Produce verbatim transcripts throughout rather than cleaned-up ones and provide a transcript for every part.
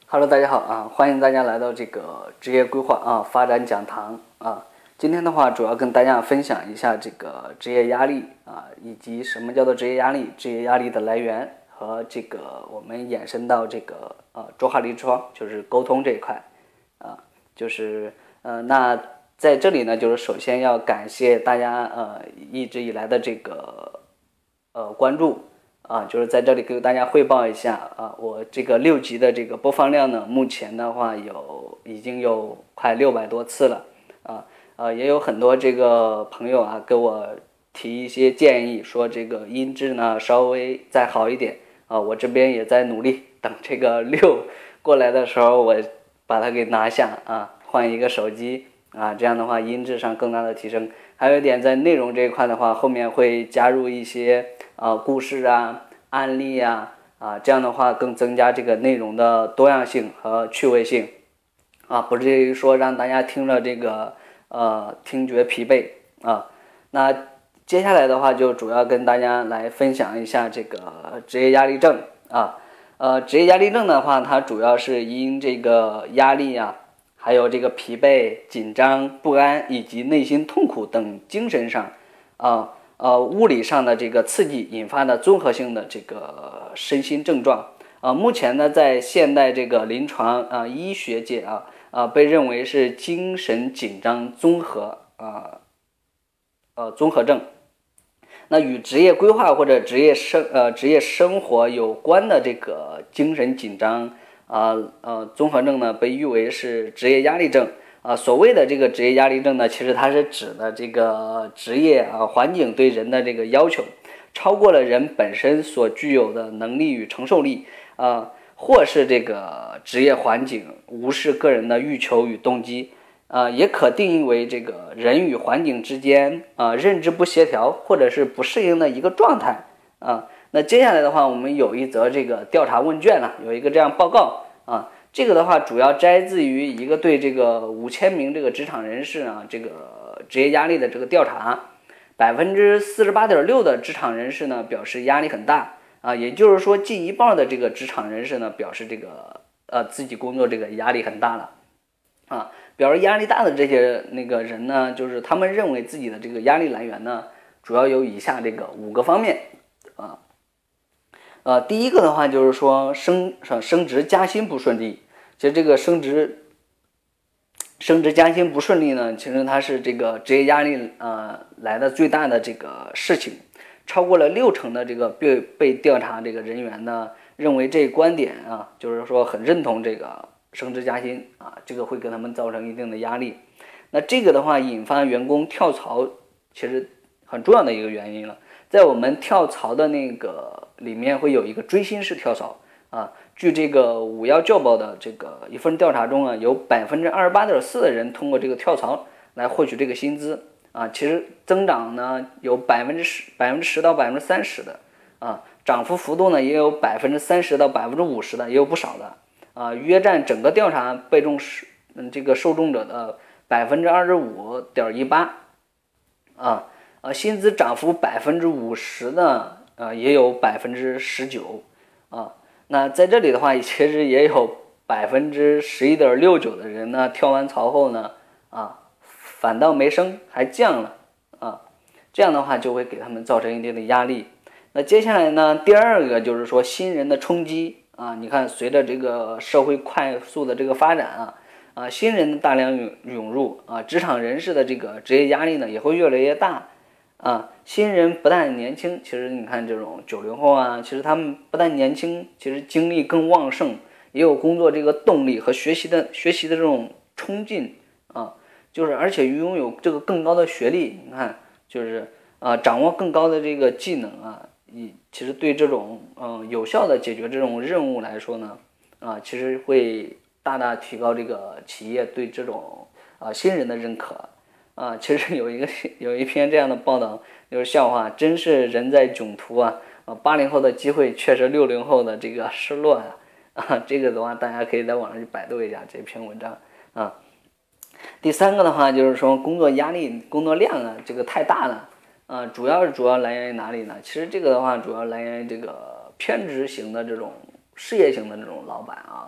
Hello，大家好啊！欢迎大家来到这个职业规划啊发展讲堂啊。今天的话，主要跟大家分享一下这个职业压力啊，以及什么叫做职业压力，职业压力的来源和这个我们衍生到这个呃周哈里窗，就是沟通这一块啊，就是呃那在这里呢，就是首先要感谢大家呃一直以来的这个呃关注。啊，就是在这里给大家汇报一下啊，我这个六集的这个播放量呢，目前的话有已经有快六百多次了啊，呃，也有很多这个朋友啊给我提一些建议，说这个音质呢稍微再好一点啊，我这边也在努力，等这个六过来的时候，我把它给拿下啊，换一个手机啊，这样的话音质上更大的提升。还有一点在内容这一块的话，后面会加入一些啊、呃、故事啊、案例啊啊，这样的话更增加这个内容的多样性和趣味性啊，不至于说让大家听了这个呃听觉疲惫啊。那接下来的话就主要跟大家来分享一下这个职业压力症啊。呃，职业压力症的话，它主要是因这个压力啊。还有这个疲惫、紧张、不安以及内心痛苦等精神上，啊呃物理上的这个刺激引发的综合性的这个身心症状。啊，目前呢，在现代这个临床啊医学界啊啊被认为是精神紧张综合啊呃综合症。那与职业规划或者职业生呃职业生活有关的这个精神紧张。啊呃综合症呢被誉为是职业压力症啊。所谓的这个职业压力症呢，其实它是指的这个职业啊环境对人的这个要求超过了人本身所具有的能力与承受力啊，或是这个职业环境无视个人的欲求与动机啊，也可定义为这个人与环境之间啊认知不协调或者是不适应的一个状态啊。那接下来的话，我们有一则这个调查问卷啊，有一个这样报告啊，这个的话主要摘自于一个对这个五千名这个职场人士啊，这个职业压力的这个调查，百分之四十八点六的职场人士呢表示压力很大啊，也就是说近一半的这个职场人士呢表示这个呃自己工作这个压力很大了啊，表示压力大的这些那个人呢，就是他们认为自己的这个压力来源呢，主要有以下这个五个方面啊。呃，第一个的话就是说升升职加薪不顺利。其实这个升职升职加薪不顺利呢，其实它是这个职业压力呃来的最大的这个事情。超过了六成的这个被被调查这个人员呢，认为这观点啊，就是说很认同这个升职加薪啊，这个会给他们造成一定的压力。那这个的话引发员工跳槽，其实很重要的一个原因了。在我们跳槽的那个里面会有一个追薪式跳槽啊。据这个五幺教报的这个一份调查中啊，有百分之二十八点四的人通过这个跳槽来获取这个薪资啊。其实增长呢有百分之十、百分之十到百分之三十的啊，涨幅幅度呢也有百分之三十到百分之五十的，也有不少的啊，约占整个调查被众嗯这个受众者的百分之二十五点一八啊。呃，薪资涨幅百分之五十的，呃，也有百分之十九，啊，那在这里的话，其实也有百分之十一点六九的人呢，跳完槽后呢，啊，反倒没升，还降了，啊，这样的话就会给他们造成一定的压力。那接下来呢，第二个就是说新人的冲击啊，你看随着这个社会快速的这个发展啊。啊，新人的大量涌涌入啊，职场人士的这个职业压力呢也会越来越大。啊，新人不但年轻，其实你看这种九零后啊，其实他们不但年轻，其实精力更旺盛，也有工作这个动力和学习的学习的这种冲劲啊，就是而且拥有这个更高的学历，你看就是啊，掌握更高的这个技能啊，以其实对这种嗯、呃、有效的解决这种任务来说呢，啊，其实会大大提高这个企业对这种啊新人的认可。啊，其实有一个有一篇这样的报道，就是笑话，真是人在囧途啊！啊，八零后的机会却是六零后的这个失落呀！啊，这个的话，大家可以在网上去百度一下这篇文章啊。第三个的话，就是说工作压力、工作量啊，这个太大了啊，主要是主要来源于哪里呢？其实这个的话，主要来源于这个偏执型的这种事业型的这种老板啊，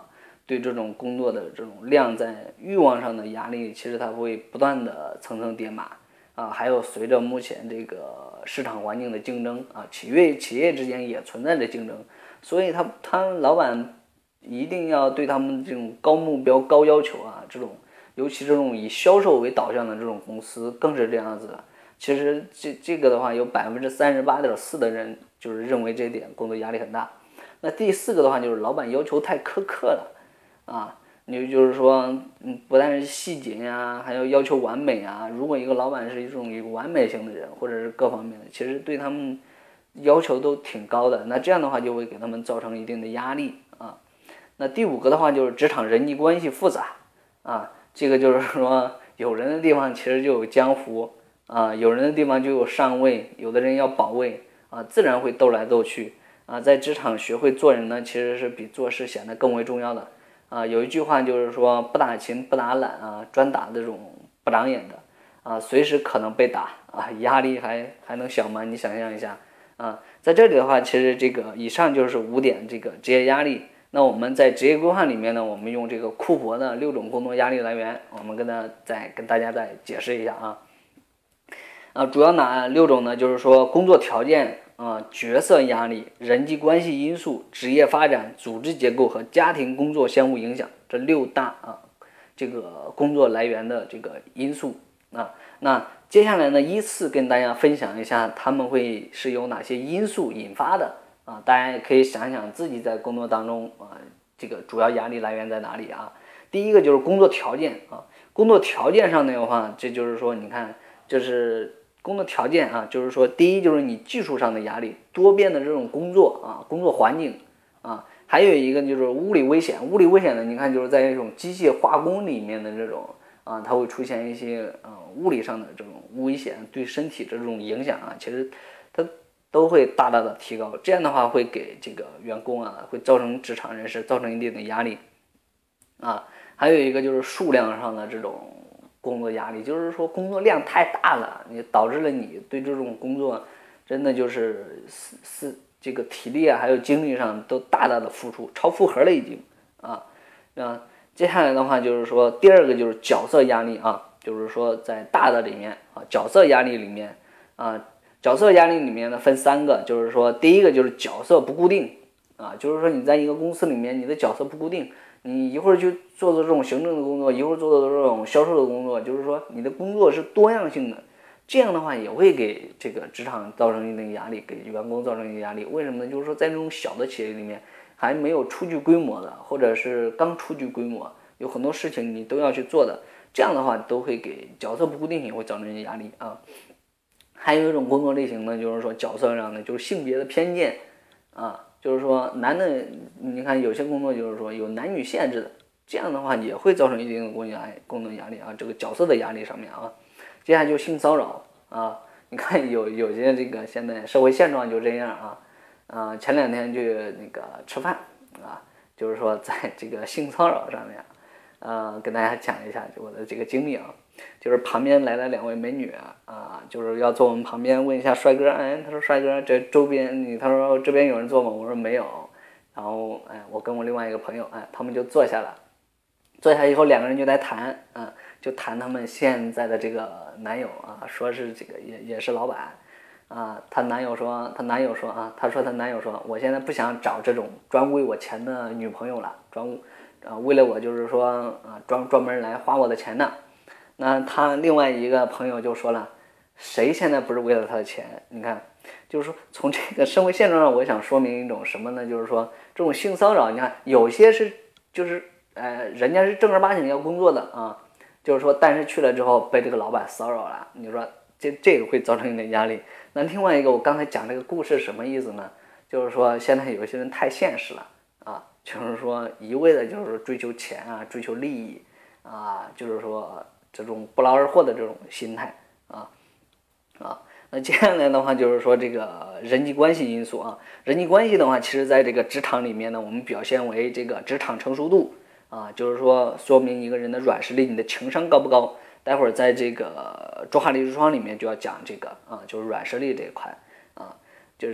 对这种工作的这种量在欲望上的压力，其实它会不断的层层叠码啊。还有随着目前这个市场环境的竞争啊，企业企业之间也存在着竞争，所以他他老板一定要对他们这种高目标高要求啊，这种尤其这种以销售为导向的这种公司更是这样子的。其实这这个的话，有百分之三十八点四的人就是认为这点工作压力很大。那第四个的话就是老板要求太苛刻了啊，你就是说，嗯，不但是细节呀，还要要求完美啊。如果一个老板是一种一个完美型的人，或者是各方面的，其实对他们要求都挺高的，那这样的话就会给他们造成一定的压力啊。那第五个的话就是职场人际关系复杂啊，这个就是说有人的地方其实就有江湖啊，有人的地方就有上位，有的人要保卫啊，自然会斗来斗去啊。在职场学会做人呢，其实是比做事显得更为重要的啊。有一句话就是说不打勤不打懒啊，专打这种不长眼的啊，随时可能被打啊，压力还还能小吗？你想象一下啊，在这里的话，其实这个以上就是五点这个职业压力。那我们在职业规划里面呢，我们用这个库珀的六种工作压力来源，我们跟大再跟大家再解释一下啊。啊，主要哪六种呢？就是说工作条件啊、角色压力、人际关系因素、职业发展、组织结构和家庭工作相互影响，这六大啊这个工作来源的这个因素啊。那接下来呢，依次跟大家分享一下他们会是由哪些因素引发的啊。大家也可以想想自己在工作当中啊，这个主要压力来源在哪里啊？第一个就是工作条件啊，工作条件上的话，这就是说你看，就是工作条件啊，就是说第一就是你技术上的压力，多变的这种工作啊，工作环境啊，还有一个就是物理危险，物理危险呢，你看就是在这种机械化工里面的这种啊，它会出现一些呃物理上的这种危险对身体这种影响啊，其实它都会大大的提高，这样的话会给这个员工啊，会造成职场人士造成一定的压力啊。还有一个就是数量上的这种工作压力，就是说工作量太大了，你导致了你对这种工作真的就是是是这个体力啊，还有精力上都大大的付出，超负荷了已经啊。那接下来的话就是说，第二个就是角色压力啊，就是说在大的里面啊，角色压力里面啊，角色压力里面呢分三个，就是说第一个就是角色不固定啊，就是说你在一个公司里面，你的角色不固定。你一会儿去做做这种行政的工作，一会儿做做这种销售的工作，就是说你的工作是多样性的，这样的话也会给这个职场造成一定压力，给员工造成一定压力。为什么呢？就是说在这种小的企业里面，还没有初具规模的，或者是刚初具规模，有很多事情你都要去做的，这样的话都会给角色不固定性会造成一些压力啊。还有一种工作类型呢，就是说角色上的就是性别的偏见啊。就是说男的，你看有些工作就是说有男女限制的，这样的话也会造成一定的工作压力、工作压力啊，这个角色的压力上面啊。接下来就性骚扰啊，你看有有些这个现在社会现状就这样啊，啊前两天就那个吃饭啊，就是说在这个性骚扰上面，呃，跟大家讲一下我的这个经历啊。就是旁边来了两位美女啊，就是要坐我们旁边，问一下帅哥，哎，他说帅哥，这周边你，他说这边有人坐吗？我说没有，然后哎，我跟我另外一个朋友，哎，他们就坐下了，坐下以后两个人就在谈，啊，就谈他们现在的这个男友啊，说是这个也也是老板，啊，她男友说，她男友说啊，她说她男友说，我现在不想找这种专为我钱的女朋友了，专啊为了我就是说啊专专门来花我的钱的。那他另外一个朋友就说了，谁现在不是为了他的钱？你看，就是说从这个社会现状上，我想说明一种什么呢？就是说这种性骚扰，你看有些是就是呃人家是正儿八经要工作的啊，就是说但是去了之后被这个老板骚扰了，你说这这个会造成一点压力。那另外一个我刚才讲这个故事什么意思呢？就是说现在有些人太现实了啊，就是说一味的就是追求钱啊，追求利益啊，就是说。这种不劳而获的这种心态啊啊，那接下来的话就是说这个人际关系因素啊，人际关系的话，其实在这个职场里面呢，我们表现为这个职场成熟度啊，就是说说明一个人的软实力，你的情商高不高。待会儿在这个中华力之窗里面就要讲这个啊，就是软实力这一块啊，就是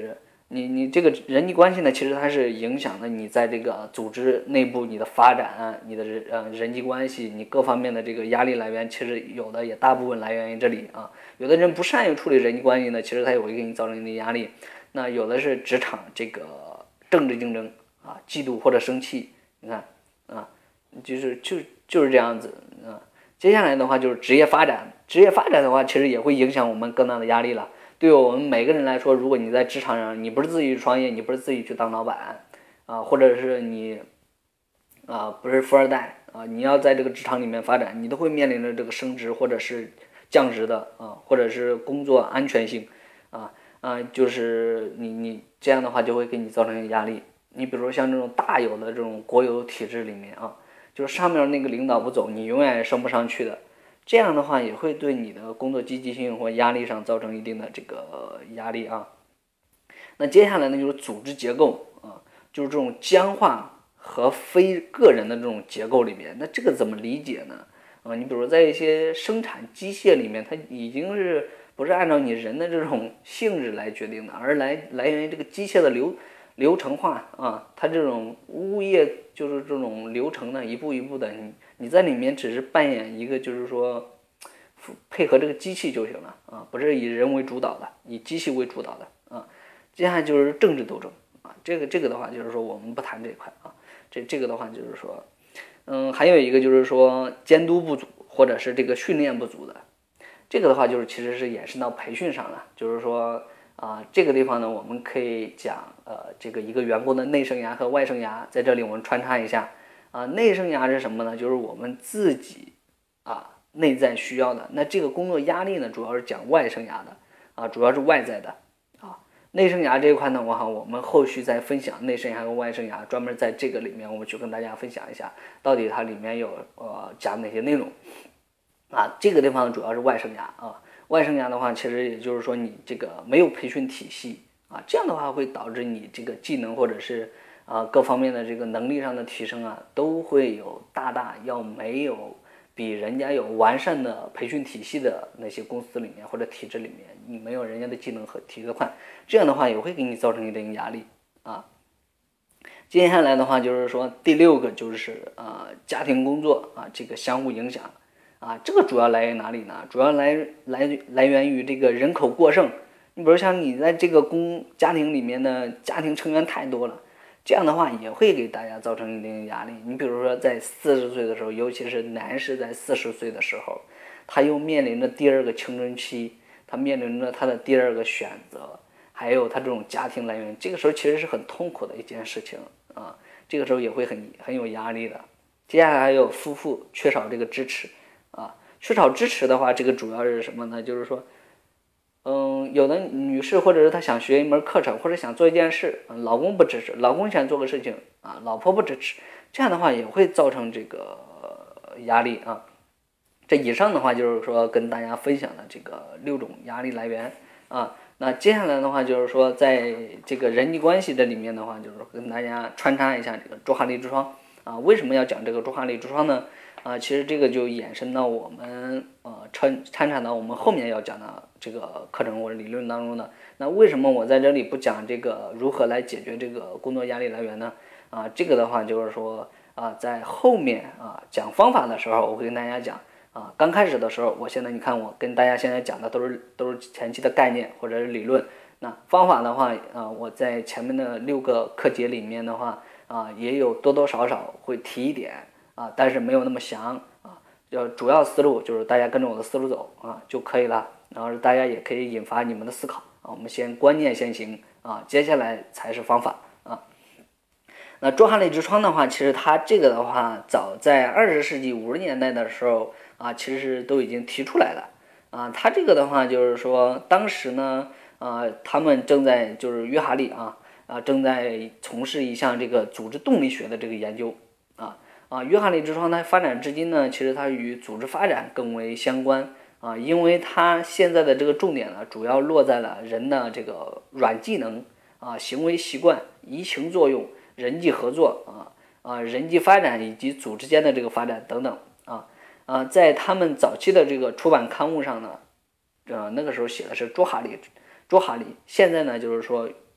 你你这个人际关系呢，其实它是影响了你在这个组织内部你的发展，你的呃人际关系，你各方面的这个压力来源，其实有的也大部分来源于这里啊。有的人不善于处理人际关系呢，其实他也会给你造成一定压力。那有的是职场这个政治竞争啊，嫉妒或者生气，你看啊，就是就就是这样子啊。接下来的话就是职业发展，职业发展的话，其实也会影响我们更大的压力了。对于我们每个人来说，如果你在职场上，你不是自己去创业，你不是自己去当老板啊，或者是你啊不是富二代啊，你要在这个职场里面发展，你都会面临着这个升职或者是降职的啊，或者是工作安全性啊啊，就是你你这样的话就会给你造成压力。你比如说像这种大有的这种国有体制里面啊，就是上面那个领导不走，你永远也升不上去的。这样的话也会对你的工作积极性或压力上造成一定的这个压力啊。那接下来呢，就是组织结构啊，就是这种僵化和非个人的这种结构里面，那这个怎么理解呢？啊，你比如在一些生产机械里面，它已经是不是按照你人的这种性质来决定的，而来来源于这个机械的流流程化啊，它这种物业就是这种流程呢，一步一步的，你你在里面只是扮演一个就是说配合这个机器就行了啊，不是以人为主导的，以机器为主导的啊。接下来就是政治斗争啊，这个这个的话就是说我们不谈这一块啊，这这个的话就是说，嗯，还有一个就是说监督不足或者是这个训练不足的，这个的话就是其实是延伸到培训上了，就是说。啊，这个地方呢，我们可以讲，呃，这个一个员工的内生涯和外生涯，在这里我们穿插一下。啊，内生涯是什么呢？就是我们自己啊内在需要的。那这个工作压力呢，主要是讲外生涯的，啊，主要是外在的。啊，内生涯这一块呢，我好，我们后续再分享内生涯和外生涯，专门在这个里面，我们去跟大家分享一下，到底它里面有呃讲哪些内容。啊，这个地方主要是外生涯啊。外生涯的话，其实也就是说你这个没有培训体系啊，这样的话会导致你这个技能或者是啊各方面的这个能力上的提升啊，都会有大大要没有比人家有完善的培训体系的那些公司里面或者体制里面，你没有人家的技能和提得快，这样的话也会给你造成一定压力啊。接下来的话就是说第六个就是啊家庭工作啊这个相互影响。啊，这个主要来源于哪里呢？主要来来来源于这个人口过剩。你比如像你在这个公家庭里面的家庭成员太多了，这样的话也会给大家造成一定压力。你比如说在四十岁的时候，尤其是男士在四十岁的时候，他又面临着第二个青春期，他面临着他的第二个选择，还有他这种家庭来源，这个时候其实是很痛苦的一件事情啊，这个时候也会很很有压力的。接下来还有夫妇缺少这个支持。啊，缺少支持的话，这个主要是什么呢？就是说，嗯，有的女士或者是她想学一门课程，或者想做一件事，老公不支持，老公想做个事情啊，老婆不支持，这样的话也会造成这个压力啊。这以上的话就是说跟大家分享的这个六种压力来源啊。那接下来的话就是说，在这个人际关系这里面的话，就是跟大家穿插一下这个卓哈利之窗啊。为什么要讲这个卓哈利之窗呢？啊，其实这个就衍生到我们呃掺掺产到我们后面要讲的这个课程或者理论当中的。那为什么我在这里不讲这个如何来解决这个工作压力来源呢？啊，这个的话就是说啊，在后面啊讲方法的时候，我会跟大家讲啊。刚开始的时候，我现在你看我跟大家现在讲的都是都是前期的概念或者是理论。那方法的话啊，我在前面的六个课节里面的话啊，也有多多少少会提一点。啊，但是没有那么详啊，就主要思路就是大家跟着我的思路走啊就可以了，然后大家也可以引发你们的思考啊。我们先观念先行啊，接下来才是方法啊。那卓哈利之窗的话，其实它这个的话，早在二十世纪五十年代的时候啊，其实都已经提出来了啊。它这个的话就是说，当时呢啊，他们正在就是约哈利啊啊正在从事一项这个组织动力学的这个研究啊。啊，约翰利之窗它发展至今呢，其实它与组织发展更为相关啊，因为它现在的这个重点呢，主要落在了人的这个软技能啊、行为习惯、移情作用、人际合作啊啊、人际发展以及组织间的这个发展等等啊啊，在他们早期的这个出版刊物上呢，呃，那个时候写的是卓哈利，卓哈利，现在呢就是说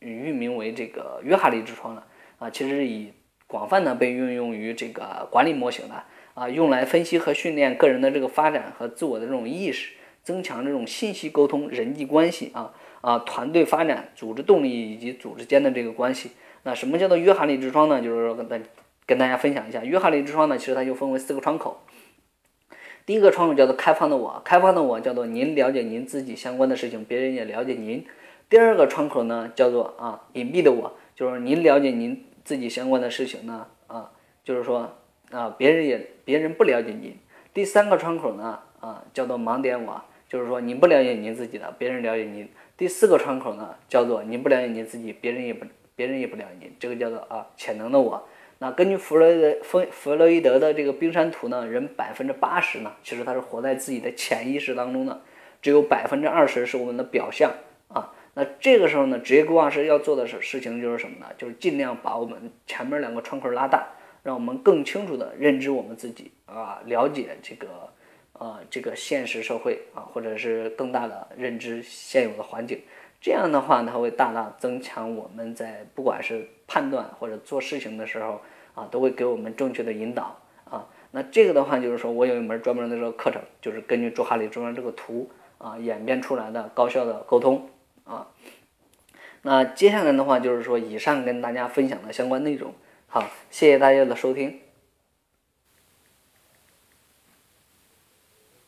域名为这个约哈利之窗了啊，其实以广泛的被运用于这个管理模型的啊，用来分析和训练个人的这个发展和自我的这种意识，增强这种信息沟通、人际关系啊啊团队发展、组织动力以及组织间的这个关系。那什么叫做约哈利之窗呢？就是说跟大跟大家分享一下，约哈利之窗呢，其实它就分为四个窗口。第一个窗口叫做开放的我，开放的我叫做您了解您自己相关的事情，别人也了解您。第二个窗口呢叫做啊隐蔽的我，就是您了解您自己相关的事情呢啊，就是说啊别人也别人不了解您。第三个窗口呢啊叫做盲点我，就是说您不了解您自己的，别人了解您。第四个窗口呢叫做您不了解您自己，别人也不别人也不了解您，这个叫做啊潜能的我。那根据弗洛伊德弗弗洛伊德的这个冰山图呢，人百分之八十呢，其实他是活在自己的潜意识当中的，只有百分之二十是我们的表象啊。那这个时候呢，职业规划师要做的事情就是什么呢？就是尽量把我们前面两个窗口拉大，让我们更清楚的认知我们自己啊，了解这个啊这个现实社会啊，或者是更大的认知现有的环境。这样的话，它会大大增强我们在不管是判断或者做事情的时候啊，都会给我们正确的引导啊。那这个的话，就是说我有一门专门的这个课程，就是根据朱哈里中央这个图啊演变出来的高效的沟通啊。那接下来的话，就是说以上跟大家分享的相关内容。好，谢谢大家的收听。